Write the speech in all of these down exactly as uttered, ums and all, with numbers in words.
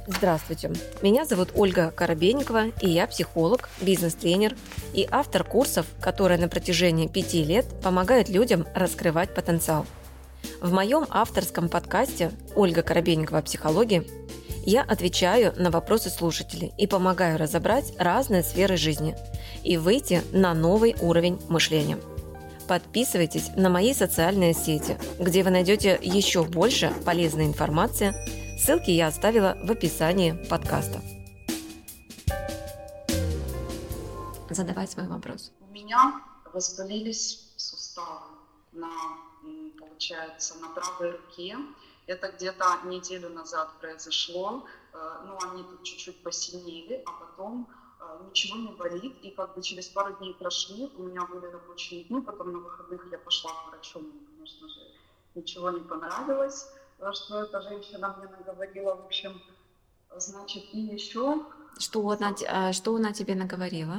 Здравствуйте, меня зовут Ольга Коробейникова, и я психолог, бизнес-тренер и автор курсов, которые на протяжении пяти лет помогают людям раскрывать потенциал. В моем авторском подкасте «Ольга Коробейникова о психологии» я отвечаю на вопросы слушателей и помогаю разобрать разные сферы жизни и выйти на новый уровень мышления. Подписывайтесь на мои социальные сети, где вы найдете еще больше полезной информации. Ссылки я оставила в описании подкаста. Задавай свой вопрос. У меня воспалились суставы на, получается, на правой руке. Это где-то неделю назад произошло. Ну, они тут чуть-чуть посильнели, а потом ничего не болит. И как бы через пару дней прошли, у меня были рабочие дни, потом на выходных я пошла к врачу, мне, конечно же, ничего не понравилось, что эта женщина мне наговорила, в общем, значит, и еще... Что она, что она тебе наговорила?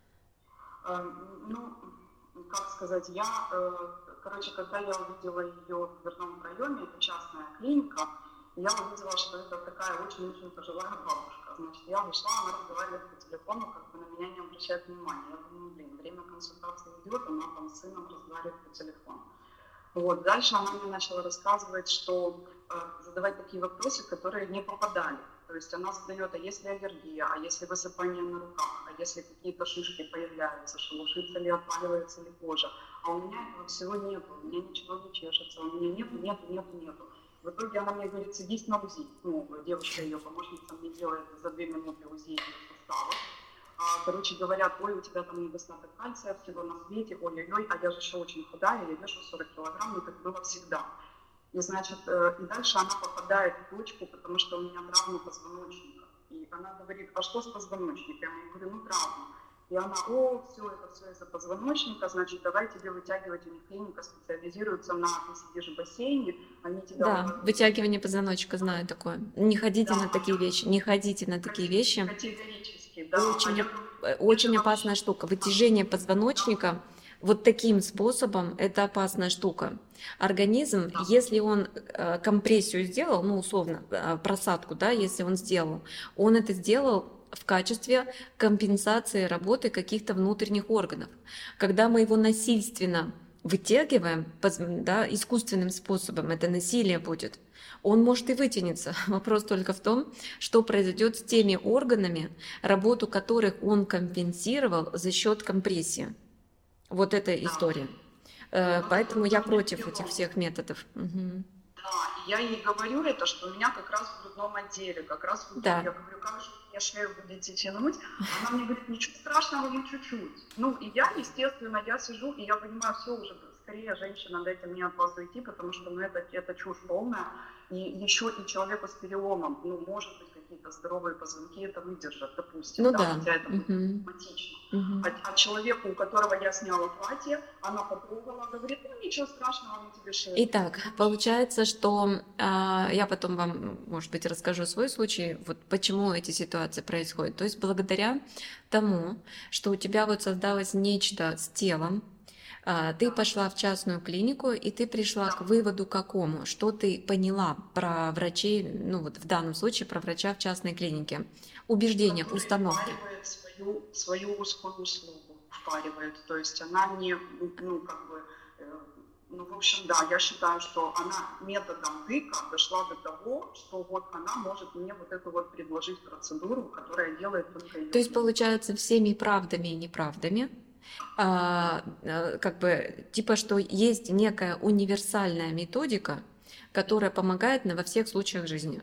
Ну, как сказать, я, короче, когда я увидела ее в дверном проеме, это частная клиника, я увидела, что это такая очень-очень пожилая бабушка. Значит, я вышла, она разговаривает по телефону, как бы на меня не обращает внимания. Я думаю, блин, время консультации идет, она там с сыном разговаривает по телефону. Вот. Дальше она мне начала рассказывать, что э, задавать такие вопросы, которые не попадали. То есть она задает, а если аллергия, а если высыпание на руках, а если какие-то шишки появляются, шелушится ли, отваливается ли кожа. А у меня этого всего нету, у меня ничего не чешется, у меня нету, нету, нету, нету. В итоге она мне говорит, садись на УЗИ. Ну, девушка, ее помощница, мне делает за две минуты УЗИ суставов. А, короче, говорят, ой, у тебя там недостаток кальция, всего на свете, ой-ой-ой, а я же еще очень худая, я вешу сорок килограмм, ну, так было всегда. И, значит, э, и дальше она попадает в точку, потому что у меня травма позвоночника. И она говорит, а что с позвоночником? Я говорю, ну, травма. И она, о, все, это все из-за позвоночника, значит, давай тебе вытягивать, у них клиника специализируется на, ты сидишь в бассейне, они тебя... Да, выводят... вытягивание позвоночника, знаю такое. Не ходите да, на такие вещи, не ходите на такие вещи. Категорически, да. Очень, а очень я... опасная штука. Вытяжение позвоночника вот таким способом, это опасная штука. Организм, да. Если он э, компрессию сделал, ну, условно, э, просадку, да, если он сделал, он это сделал в качестве компенсации работы каких-то внутренних органов. Когда мы его насильственно вытягиваем, да, искусственным способом, это насилие будет, он может и вытянется. Вопрос только в том, что произойдет с теми органами, работу которых он компенсировал за счет компрессии. Вот эта история. Поэтому я против этих всех методов. Угу. Да, я ей говорю это, что у меня как раз в грудном отделе, как раз в да. Я говорю, как же мне шею будете тянуть? Она мне говорит, ничего страшного, ну чуть-чуть. Ну и я, естественно, я сижу, и я понимаю, все уже, скорее, женщина, дайте мне от вас уйти, потому что ну, это, это чушь полная. И еще и человеку с переломом, ну, может быть, какие-то здоровые позвонки это выдержат, допустим, ну, да, да. хотя это будет uh-huh. травматично. Uh-huh. А, а человеку, у которого я сняла платье, она потрогала, говорит, ну ничего страшного, мы тебе шею. Итак, получается, что э, я потом вам, может быть, расскажу свой случай, вот почему эти ситуации происходят. То есть благодаря тому, что у тебя вот создалось нечто с телом, э, ты пошла в частную клинику, и ты пришла к выводу какому? Что ты поняла про врачей, ну вот в данном случае про врача в частной клинике? Убеждения, который установки. Свою, свою узкую услугу впаривает, то есть она не, ну как бы, э, ну в общем, да, я считаю, что она методом тыка дошла до того, что вот она может мне вот эту вот предложить процедуру, которая делает только ее. То есть получается всеми правдами и неправдами, а, как бы типа, что есть некая универсальная методика, которая помогает во всех случаях жизни,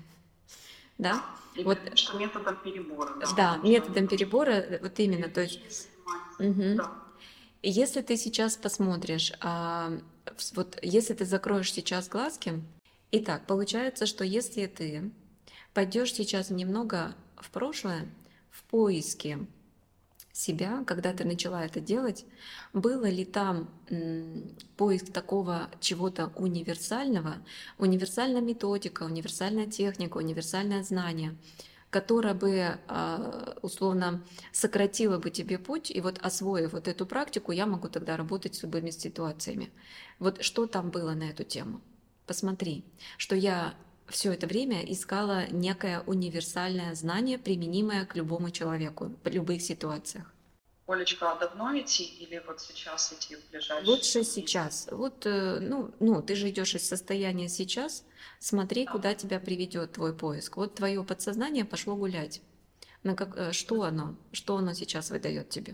да? И вот что методом перебора. Да, да методом перебора, вот именно, то есть. Угу. Да. Если ты сейчас посмотришь, а, вот если ты закроешь сейчас глазки, итак, получается, что если ты пойдешь сейчас немного в прошлое, в поиске себя, когда ты начала это делать, было ли там м, поиск такого чего-то универсального, универсальная методика, универсальная техника, универсальное знание, которое бы условно сократило бы тебе путь, и вот освоив вот эту практику, я могу тогда работать с любыми ситуациями. Вот что там было на эту тему? Посмотри, что я все это время искала некое универсальное знание, применимое к любому человеку в любых ситуациях. Олечка, а давно идти или вот сейчас идти в ближайшие Лучше там, месяцы? сейчас. Вот, э, ну, ну, ты же идешь из состояния сейчас, смотри, Да. куда тебя приведет твой поиск. Вот твое подсознание пошло гулять. На как, э, что оно? Что оно сейчас выдает тебе?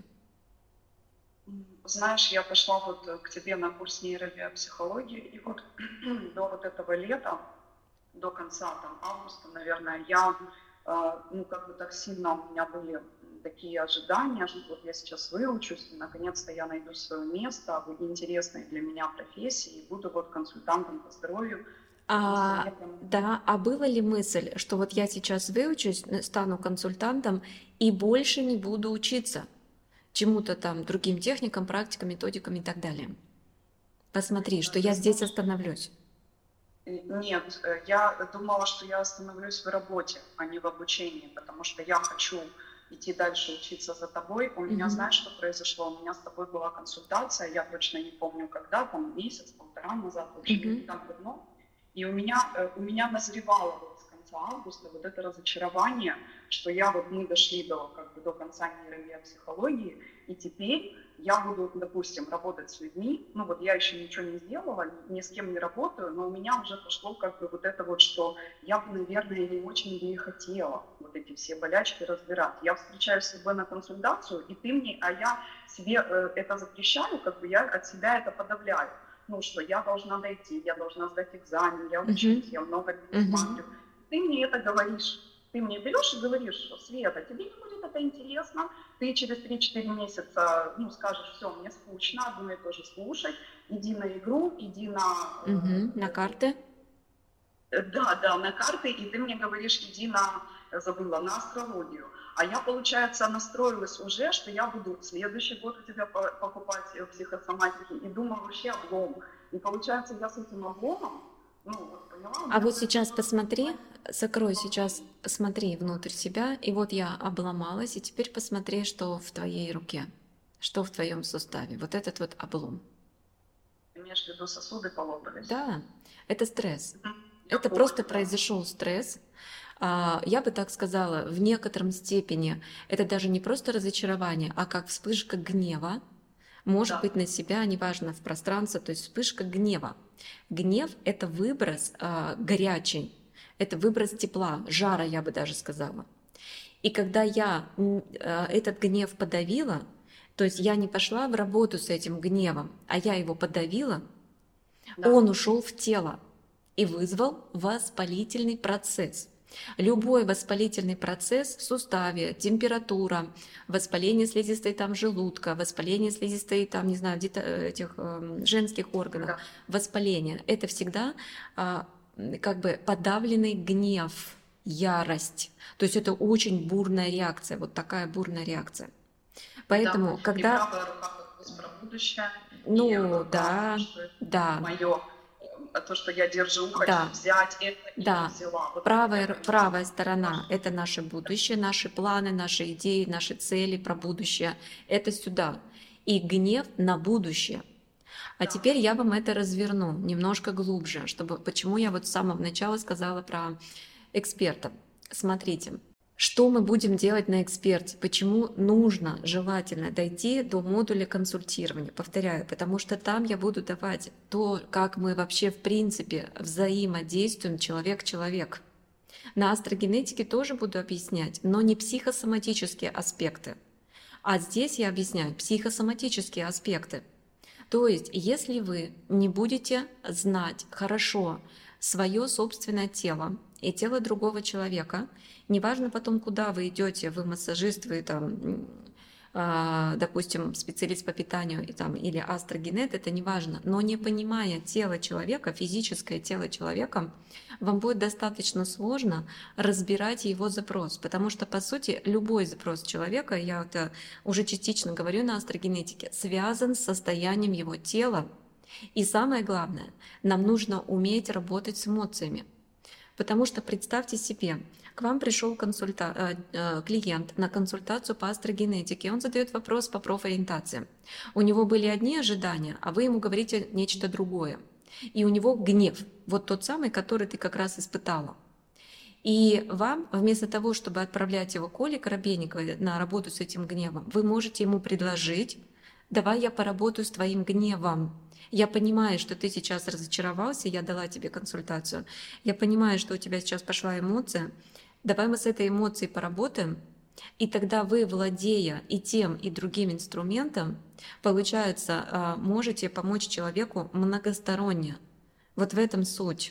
М, Знаешь, я пошла вот э, к тебе на курс нейробиопсихологии, и вот до вот этого лета, до конца там августа, наверное, я, э, ну, как бы так сильно у меня были такие ожидания, что вот я сейчас выучусь, и наконец-то я найду свое место в интересной для меня профессии и буду вот консультантом по здоровью, потому что А, мне прям да, а была ли мысль, что вот я сейчас выучусь, н- стану консультантом и больше не буду учиться чему-то там, другим техникам, практикам, методикам и так далее? Посмотри, м, что ты я здесь знаешь, остановлюсь. э, нет, э, я думала, что я остановлюсь в работе, а не в обучении, потому что я хочу идти дальше учиться за тобой. У меня, Мгм. знаешь, что произошло? У меня с тобой была консультация, я точно не помню когда, там месяц, полтора назад, в общем, не Мгм. так давно. И у меня, э, у меня назревало вот с конца августа вот это разочарование, что я вот мы дошли до, как бы, до конца нейробиопсихологии, и теперь я буду, допустим, работать с людьми, ну вот я еще ничего не сделала, ни с кем не работаю, но у меня уже пошло как бы вот это вот, что я бы, наверное, не очень бы и хотела вот эти все болячки разбирать. Я встречаюсь с тобой на консультацию, и ты мне, а я себе э, это запрещаю, как бы я от себя это подавляю. Ну, что я должна дойти, я должна сдать экзамен, я Мгм. учусь, я много Мгм. пересматриваю. Ты мне это говоришь. Ты мне берешь и говоришь, что Света, тебе не будет это интересно, ты через три-четыре месяца, ну, скажешь, все, мне скучно, одно и то же слушать, иди на игру, иди на Мгм. На э, эту, карты? э, да, да, на карты, и ты мне говоришь, иди на, э, забыла, на астрологию. А я, получается, настроилась уже, что я буду следующий год у тебя по- покупать э, психосоматики, и думаю, вообще облом. И получается, я с этим обломом, ну, вот поняла, у А меня вот сейчас произошло посмотри, разочарование закрой в сейчас, обучении. смотри внутрь себя, и вот я обломалась, и теперь посмотри, что в твоей руке, что в твоем суставе. Вот этот вот облом. Ты имеешь в виду, сосуды полопались? Да, это стресс. Мгм. Я Это помню, просто да. произошел стресс. А, Я бы так сказала, в некотором степени это даже не просто разочарование, а как вспышка гнева, может Да. быть на себя, неважно, в пространство, то есть вспышка гнева. Гнев– это выброс а, горячий, это выброс тепла, жара, я бы даже сказала. И когда я м, э, этот гнев подавила, то есть я не пошла в работу с этим гневом, а я его подавила, Да. он ушел в тело и вызвал воспалительный процесс. Любой воспалительный процесс в суставе, температура, воспаление слизистой там желудка, воспаление слизистой там, не знаю, где-то э, этих эм, женских органов, Да. воспаление– это всегда а, м, как бы подавленный гнев, ярость. То есть это очень бурная реакция, вот такая бурная реакция. Да. Поэтому, И когда, правая рука как бы про будущее, и ну рука, да, что это да, мое, то, что я держу, хочу да, взять это и не да, взяла. Вот это я правая, р- понимаю. правая сторона– Ваш- это наше будущее, наши планы, наши идеи, наши цели про будущее. Это сюда. И гнев на будущее. А Да. теперь я вам это разверну немножко глубже, чтобы почему я вот с самого начала сказала про эксперта. Смотрите, что мы будем делать на эксперте? Почему нужно, желательно дойти до модуля консультирования? Повторяю, потому что там я буду давать то, как мы вообще в принципе взаимодействуем человек-человек. На астрогенетике тоже буду объяснять, но не психосоматические аспекты. А здесь я объясняю психосоматические аспекты. То есть, если вы не будете знать хорошо свое собственное тело и тело другого человека, неважно потом, куда вы идете, вы массажист, вы там, а, допустим, специалист по питанию и там, или астрогенет, это не важно, но не понимая тело человека, физическое тело человека, вам будет достаточно сложно разбирать его запрос, потому что, по сути, любой запрос человека, я это уже частично говорю на астрогенетике, связан с состоянием его тела. И самое главное, нам нужно уметь работать с эмоциями. Потому что представьте себе, к вам пришел консульта... э, э, клиент на консультацию по астрогенетике, он задает вопрос по профориентации. У него были одни ожидания, а вы ему говорите нечто другое. и у него гнев, вот тот самый, который ты как раз испытала. И вам, вместо того, чтобы отправлять его к Оле Коробейниковой на работу с этим гневом, вы можете ему предложить: давай я поработаю с твоим гневом. Я понимаю, что ты сейчас разочаровался, я дала тебе консультацию. Я понимаю, что у тебя сейчас пошла эмоция. Давай мы с этой эмоцией поработаем. И тогда вы, владея и тем, и другим инструментом, получается, можете помочь человеку многосторонне. Вот в этом суть.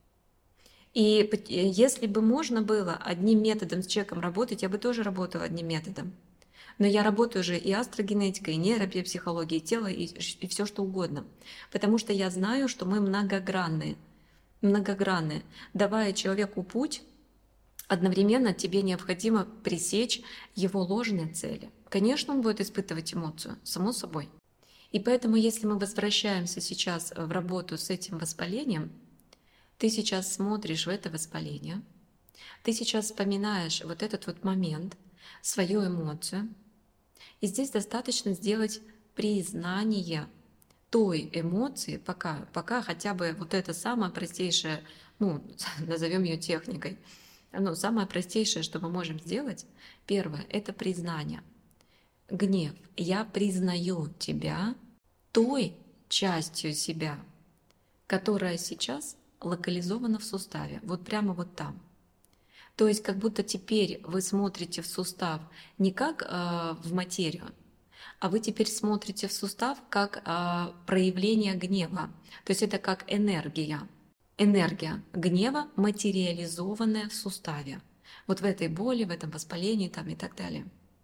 И если бы можно было одним методом с человеком работать, я бы тоже работала одним методом. Но я работаю уже и астрогенетикой, и нейробиопсихологией тела, и, и все что угодно. Потому что я знаю, что мы многогранные. Многогранные. Давая человеку путь, одновременно тебе необходимо пресечь его ложные цели. Конечно, он будет испытывать эмоцию, само собой. И поэтому, если мы возвращаемся сейчас в работу с этим воспалением, ты сейчас смотришь в это воспаление, ты сейчас вспоминаешь вот этот вот момент, свою эмоцию, и здесь достаточно сделать признание той эмоции, пока, пока хотя бы вот это самое простейшее, ну, назовем ее техникой, ну, самое простейшее, что мы можем сделать, первое, это признание. Гнев. Я признаю тебя той частью себя, которая сейчас локализована в суставе, вот прямо вот там. То есть как будто теперь вы смотрите в сустав не как э, в материю, а вы теперь смотрите в сустав как э, проявление гнева. То есть это как энергия. Энергия гнева, материализованная в суставе. Вот в этой боли, в этом воспалении там, и так далее.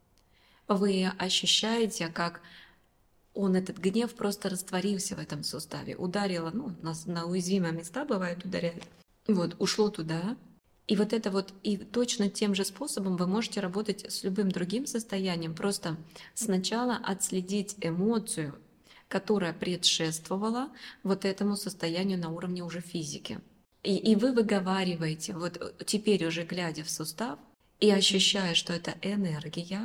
Вы ощущаете, как он, этот гнев, просто растворился в этом суставе. Ударило, ну, на, на уязвимые места бывает ударяет. Вот, ушло туда. И вот это вот, и точно тем же способом вы можете работать с любым другим состоянием. Просто сначала отследить эмоцию, которая предшествовала вот этому состоянию на уровне уже физики. И, и вы выговариваете, вот теперь уже глядя в сустав и ощущая, что это энергия,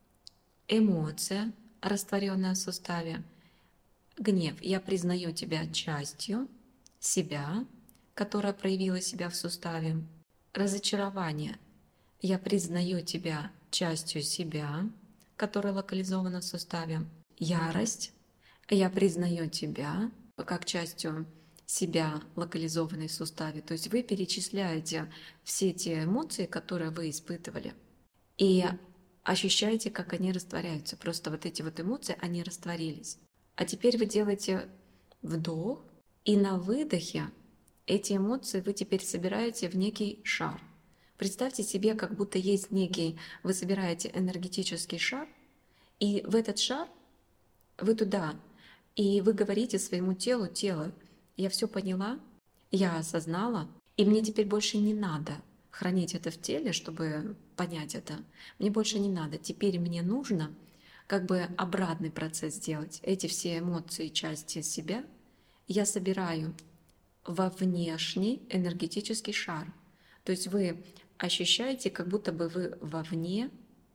эмоция, растворенная в суставе, гнев. Я признаю тебя частью себя, которая проявила себя в суставе. Разочарование. Я признаю тебя частью себя, которая локализована в суставе. Ярость. Я признаю тебя как частью себя, локализованной в суставе. То есть вы перечисляете все те эмоции, которые вы испытывали, и ощущаете, как они растворяются. Просто вот эти вот эмоции, они растворились. А теперь вы делаете вдох, и на выдохе эти эмоции вы теперь собираете в некий шар. Представьте себе, как будто есть некий, вы собираете энергетический шар, и в этот шар вы туда, и вы говорите своему телу: тело, я все поняла, я осознала, и мне теперь больше не надо хранить это в теле, чтобы понять это. Мне больше не надо. Теперь мне нужно как бы обратный процесс сделать. Эти все эмоции, части себя я собираю во внешний энергетический шар. То есть вы ощущаете, как будто бы вы вовне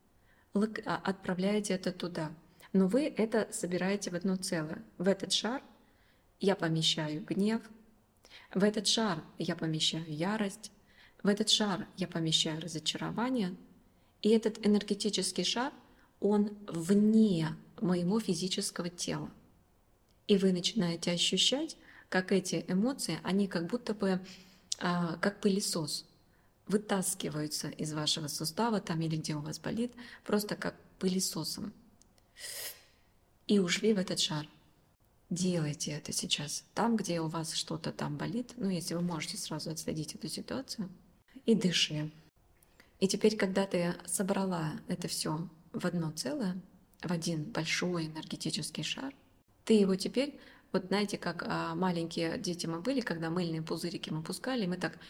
отправляете это туда. Но вы это собираете в одно целое. В этот шар я помещаю гнев, в этот шар я помещаю ярость, в этот шар я помещаю разочарование. И этот энергетический шар, он вне моего физического тела. И вы начинаете ощущать, как эти эмоции, они как будто бы, а, как пылесос, вытаскиваются из вашего сустава, там или где у вас болит, просто как пылесосом. И ушли в этот шар. Делайте это сейчас. Там, где у вас что-то там болит, ну, если вы можете сразу отследить эту ситуацию, и дыши. И теперь, когда ты собрала это все в одно целое, в один большой энергетический шар, ты его теперь, вот знаете, как а, маленькие дети мы были, когда мыльные пузырики мы пускали, мы так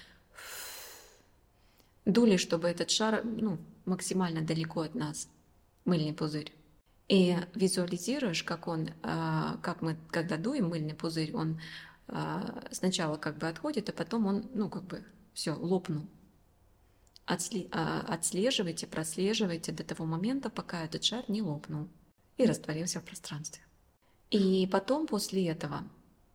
дули, чтобы этот шар, ну, максимально далеко от нас, мыльный пузырь. И визуализируешь, как он, а, как мы, когда дуем мыльный пузырь, он а, сначала как бы отходит, а потом он, ну, как бы все, лопнул. Отсли, а, отслеживайте, прослеживайте до того момента, пока этот шар не лопнул и растворился в пространстве. И потом, после этого,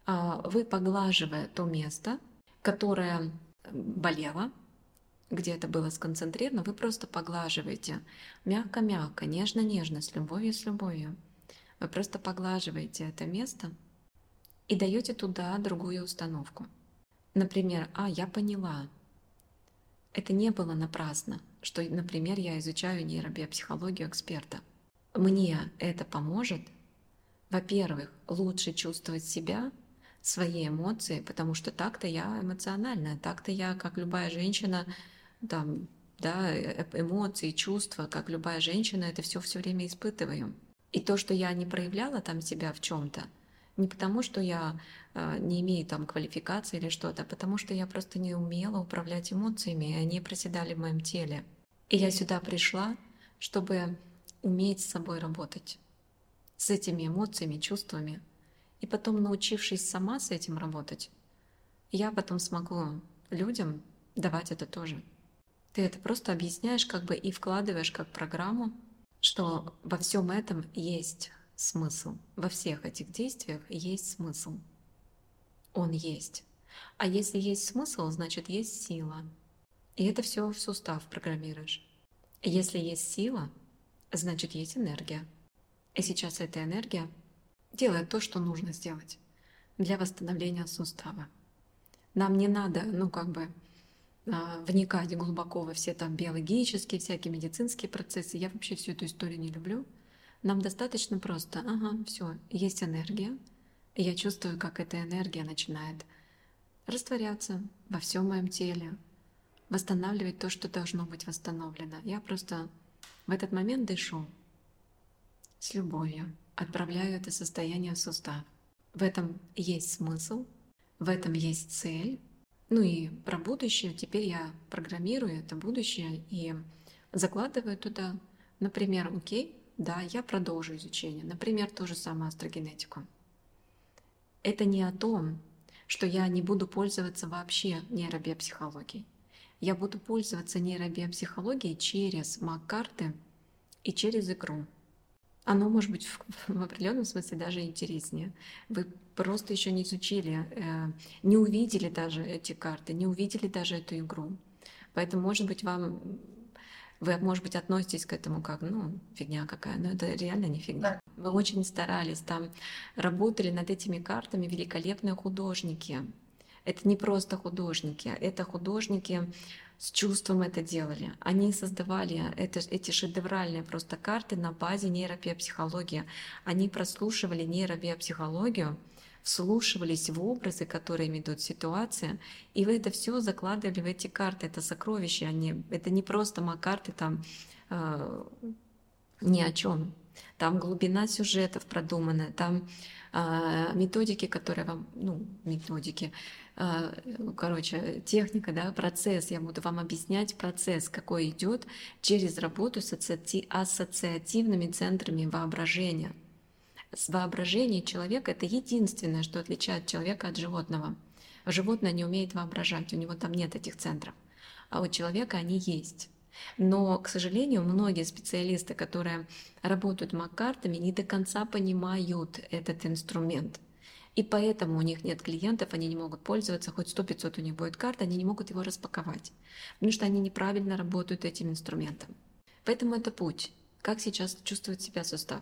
а, вы, поглаживая то место, которое болело, где это было сконцентрировано, вы просто поглаживаете мягко-мягко, нежно-нежно, с любовью, с любовью. Вы просто поглаживаете это место и даете туда другую установку. Например, а, я поняла, это не было напрасно, что, например, я изучаю нейробиопсихологию эксперта. Мне это поможет, во-первых, лучше чувствовать себя, свои эмоции, потому что так-то я эмоциональная, так-то я, как любая женщина, там, да, эмоции, чувства, как любая женщина, это все все время испытываю. И то, что я не проявляла там себя в чем-то, не потому, что я э, не имею там квалификации или что-то, а потому что я просто не умела управлять эмоциями, и они проседали в моем теле. И я сюда пришла, чтобы уметь с собой работать, с этими эмоциями, чувствами. И потом, научившись сама с этим работать, я потом смогу людям давать это тоже. Ты это просто объясняешь как бы и вкладываешь как программу, что во всем этом есть смысл. Во всех этих действиях есть смысл. Он есть. А если есть смысл, значит есть сила. И это все в сустав программируешь. Если есть сила, значит есть энергия. И сейчас эта энергия делает то, что нужно сделать для восстановления сустава. Нам не надо, ну как бы, вникать глубоко во все там биологические, всякие медицинские процессы. Я вообще всю эту историю не люблю. Нам достаточно просто, ага, все, есть энергия, и я чувствую, как эта энергия начинает растворяться во всем моем теле, восстанавливать то, что должно быть восстановлено. Я просто в этот момент дышу с любовью, отправляю это состояние в сустав. В этом есть смысл, в этом есть цель. Ну и про будущее теперь я программирую это будущее и закладываю туда, например, окей, да, я продолжу изучение, например, ту же самую астрогенетику. Это не о том, что я не буду пользоваться вообще нейробиопсихологией. Я буду пользоваться нейробиопсихологией через маг-карты и через игру. Оно может быть в, в определенном смысле даже интереснее. Вы просто еще не изучили, э, не увидели даже эти карты, не увидели даже эту игру. Поэтому, может быть, вам вы, может быть, относитесь к этому как, ну, фигня какая, но это реально не фигня. Вы очень старались, там работали над этими картами великолепные художники. Это не просто художники, это художники с чувством это делали. Они создавали это, эти шедевральные просто карты на базе нейробиопсихологии. Они прослушивали нейробиопсихологию, вслушивались в образы, которые идут в ситуации, и вы это все закладывали в эти карты. Это сокровища, они, это не просто маг-карты там э, ни о чем. Там глубина сюжетов продумана, там э, методики, которые вам, ну, методики, э, короче, техника, да, процесс. Я буду вам объяснять процесс, какой идет через работу с ассоци... ассоциативными центрами воображения. С воображением человека это единственное, что отличает человека от животного. Животное не умеет воображать, у него там нет этих центров, а у человека они есть. Но, к сожалению, многие специалисты, которые работают маг-картами, не до конца понимают этот инструмент. И поэтому у них нет клиентов, они не могут пользоваться, хоть сто-пятьсот у них будет карт, они не могут его распаковать, потому что они неправильно работают этим инструментом. Поэтому это путь. Как сейчас чувствует себя сустав?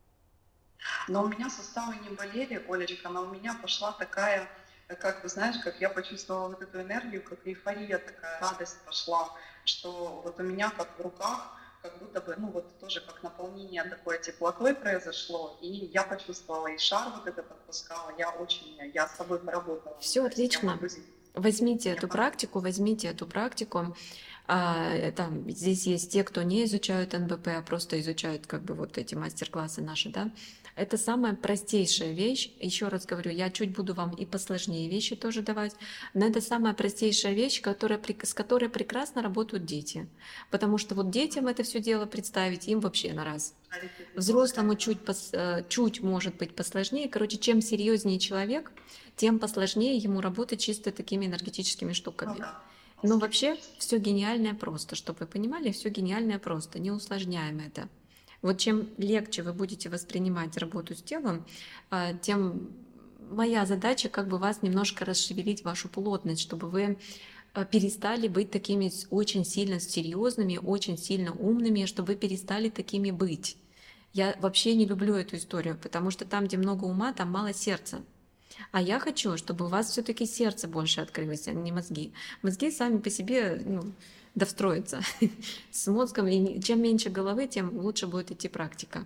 Но у меня суставы не болели, Олечка, но у меня пошла такая, как бы, знаешь, как я почувствовала вот эту энергию, как эйфория такая, радость пошла, что вот у меня как в руках, как будто бы, ну вот тоже как наполнение такой теплотой произошло, и я почувствовала, и шар вот этот отпускала, я очень, я с тобой поработала. Все отлично. Возьмите эту практику, возьмите эту практику. А, там, здесь есть те, кто не изучают эн бэ пэ, а просто изучают как бы вот эти мастер-классы наши, да. Это самая простейшая вещь. Еще раз говорю, я чуть буду вам и посложнее вещи тоже давать, но это самая простейшая вещь, которая, с которой прекрасно работают дети. Потому что вот детям это все дело представить, им вообще на раз. Взрослому чуть, чуть может быть посложнее. Короче, чем серьезнее человек, тем посложнее ему работать чисто такими энергетическими штуками. Но вообще все гениальное просто, чтобы вы понимали, все гениальное просто, не усложняем это. Вот чем легче вы будете воспринимать работу с телом, тем моя задача как бы вас немножко расшевелить вашу плотность, чтобы вы перестали быть такими очень сильно серьезными, очень сильно умными, чтобы вы перестали такими быть. Я вообще не люблю эту историю, потому что там, где много ума, там мало сердца. А я хочу, чтобы у вас все-таки сердце больше открылось, а не мозги. Мозги сами по себе, ну, да встроятся. С мозгом, и чем меньше головы, тем лучше будет идти практика.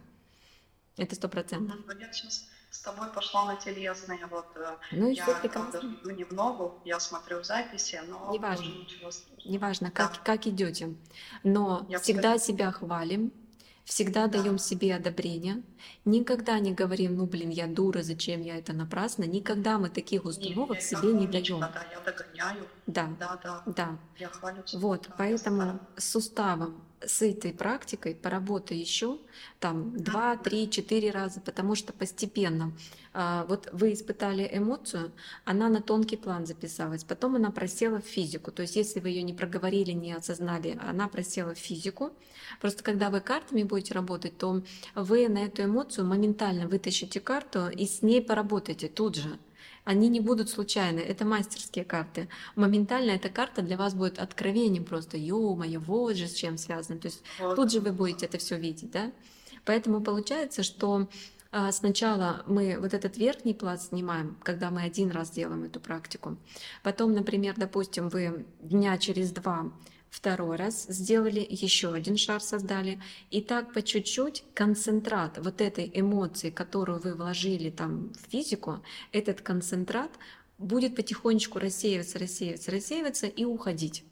Это сто процентов. Я сейчас с тобой пошла на телесные. Вот, ну и я все прекрасно. иду не в ногу, я смотрю записи, но неважно, ничего страшного. Неважно, Да. как, как идете. Но Я всегда покажу. себя хвалим, всегда Да. даем себе одобрение. Никогда не говорим, ну блин, я дура, зачем я это напрасно. Никогда мы таких установок Не, себе не умничка, даем. Да, я догоняю. Да, Да, да. да. Я хвалю себя. Вот, Да, я поэтому стараюсь. с суставом, с этой практикой поработай еще там два, три, четыре раза, потому что постепенно а, вот вы испытали эмоцию, она на тонкий план записалась, потом она просела в физику. То есть если вы ее не проговорили, не осознали, она просела в физику. Просто когда вы картами будете работать, то вы на эту эмоцию моментально вытащите карту и с ней поработаете тут же. Они не будут случайны, это мастерские карты. Моментально эта карта для вас будет откровением просто. Ё-моё, вот же с чем связано. То есть Вот. тут же вы будете это все видеть, да? Поэтому получается, что а, сначала мы вот этот верхний пласт снимаем, когда мы один раз делаем эту практику. Потом, например, допустим, вы дня через два второй раз сделали, еще один шар создали, и так по чуть-чуть концентрат вот этой эмоции, которую вы вложили там в физику, этот концентрат будет потихонечку рассеиваться, рассеиваться, рассеиваться и уходить.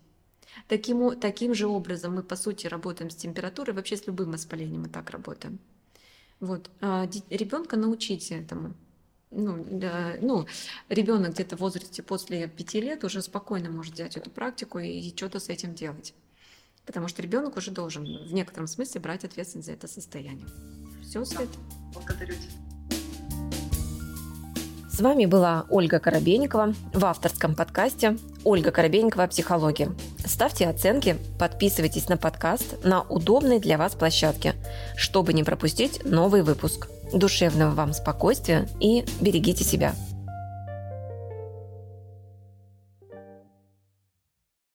Таким, таким же образом мы, по сути, работаем с температурой, вообще с любым воспалением мы так работаем. Вот. А ребенка научите этому. Ну, да, ну, ребенок где-то в возрасте после пяти лет уже спокойно может взять эту практику и, и что-то с этим делать. Потому что ребенок уже должен в некотором смысле брать ответственность за это состояние. Все, Свет. Благодарю тебя. С вами была Ольга Коробейникова в авторском подкасте «Ольга Коробейникова. Психология». Ставьте оценки, подписывайтесь на подкаст на удобной для вас площадке, чтобы не пропустить новый выпуск. Душевного вам спокойствия и берегите себя.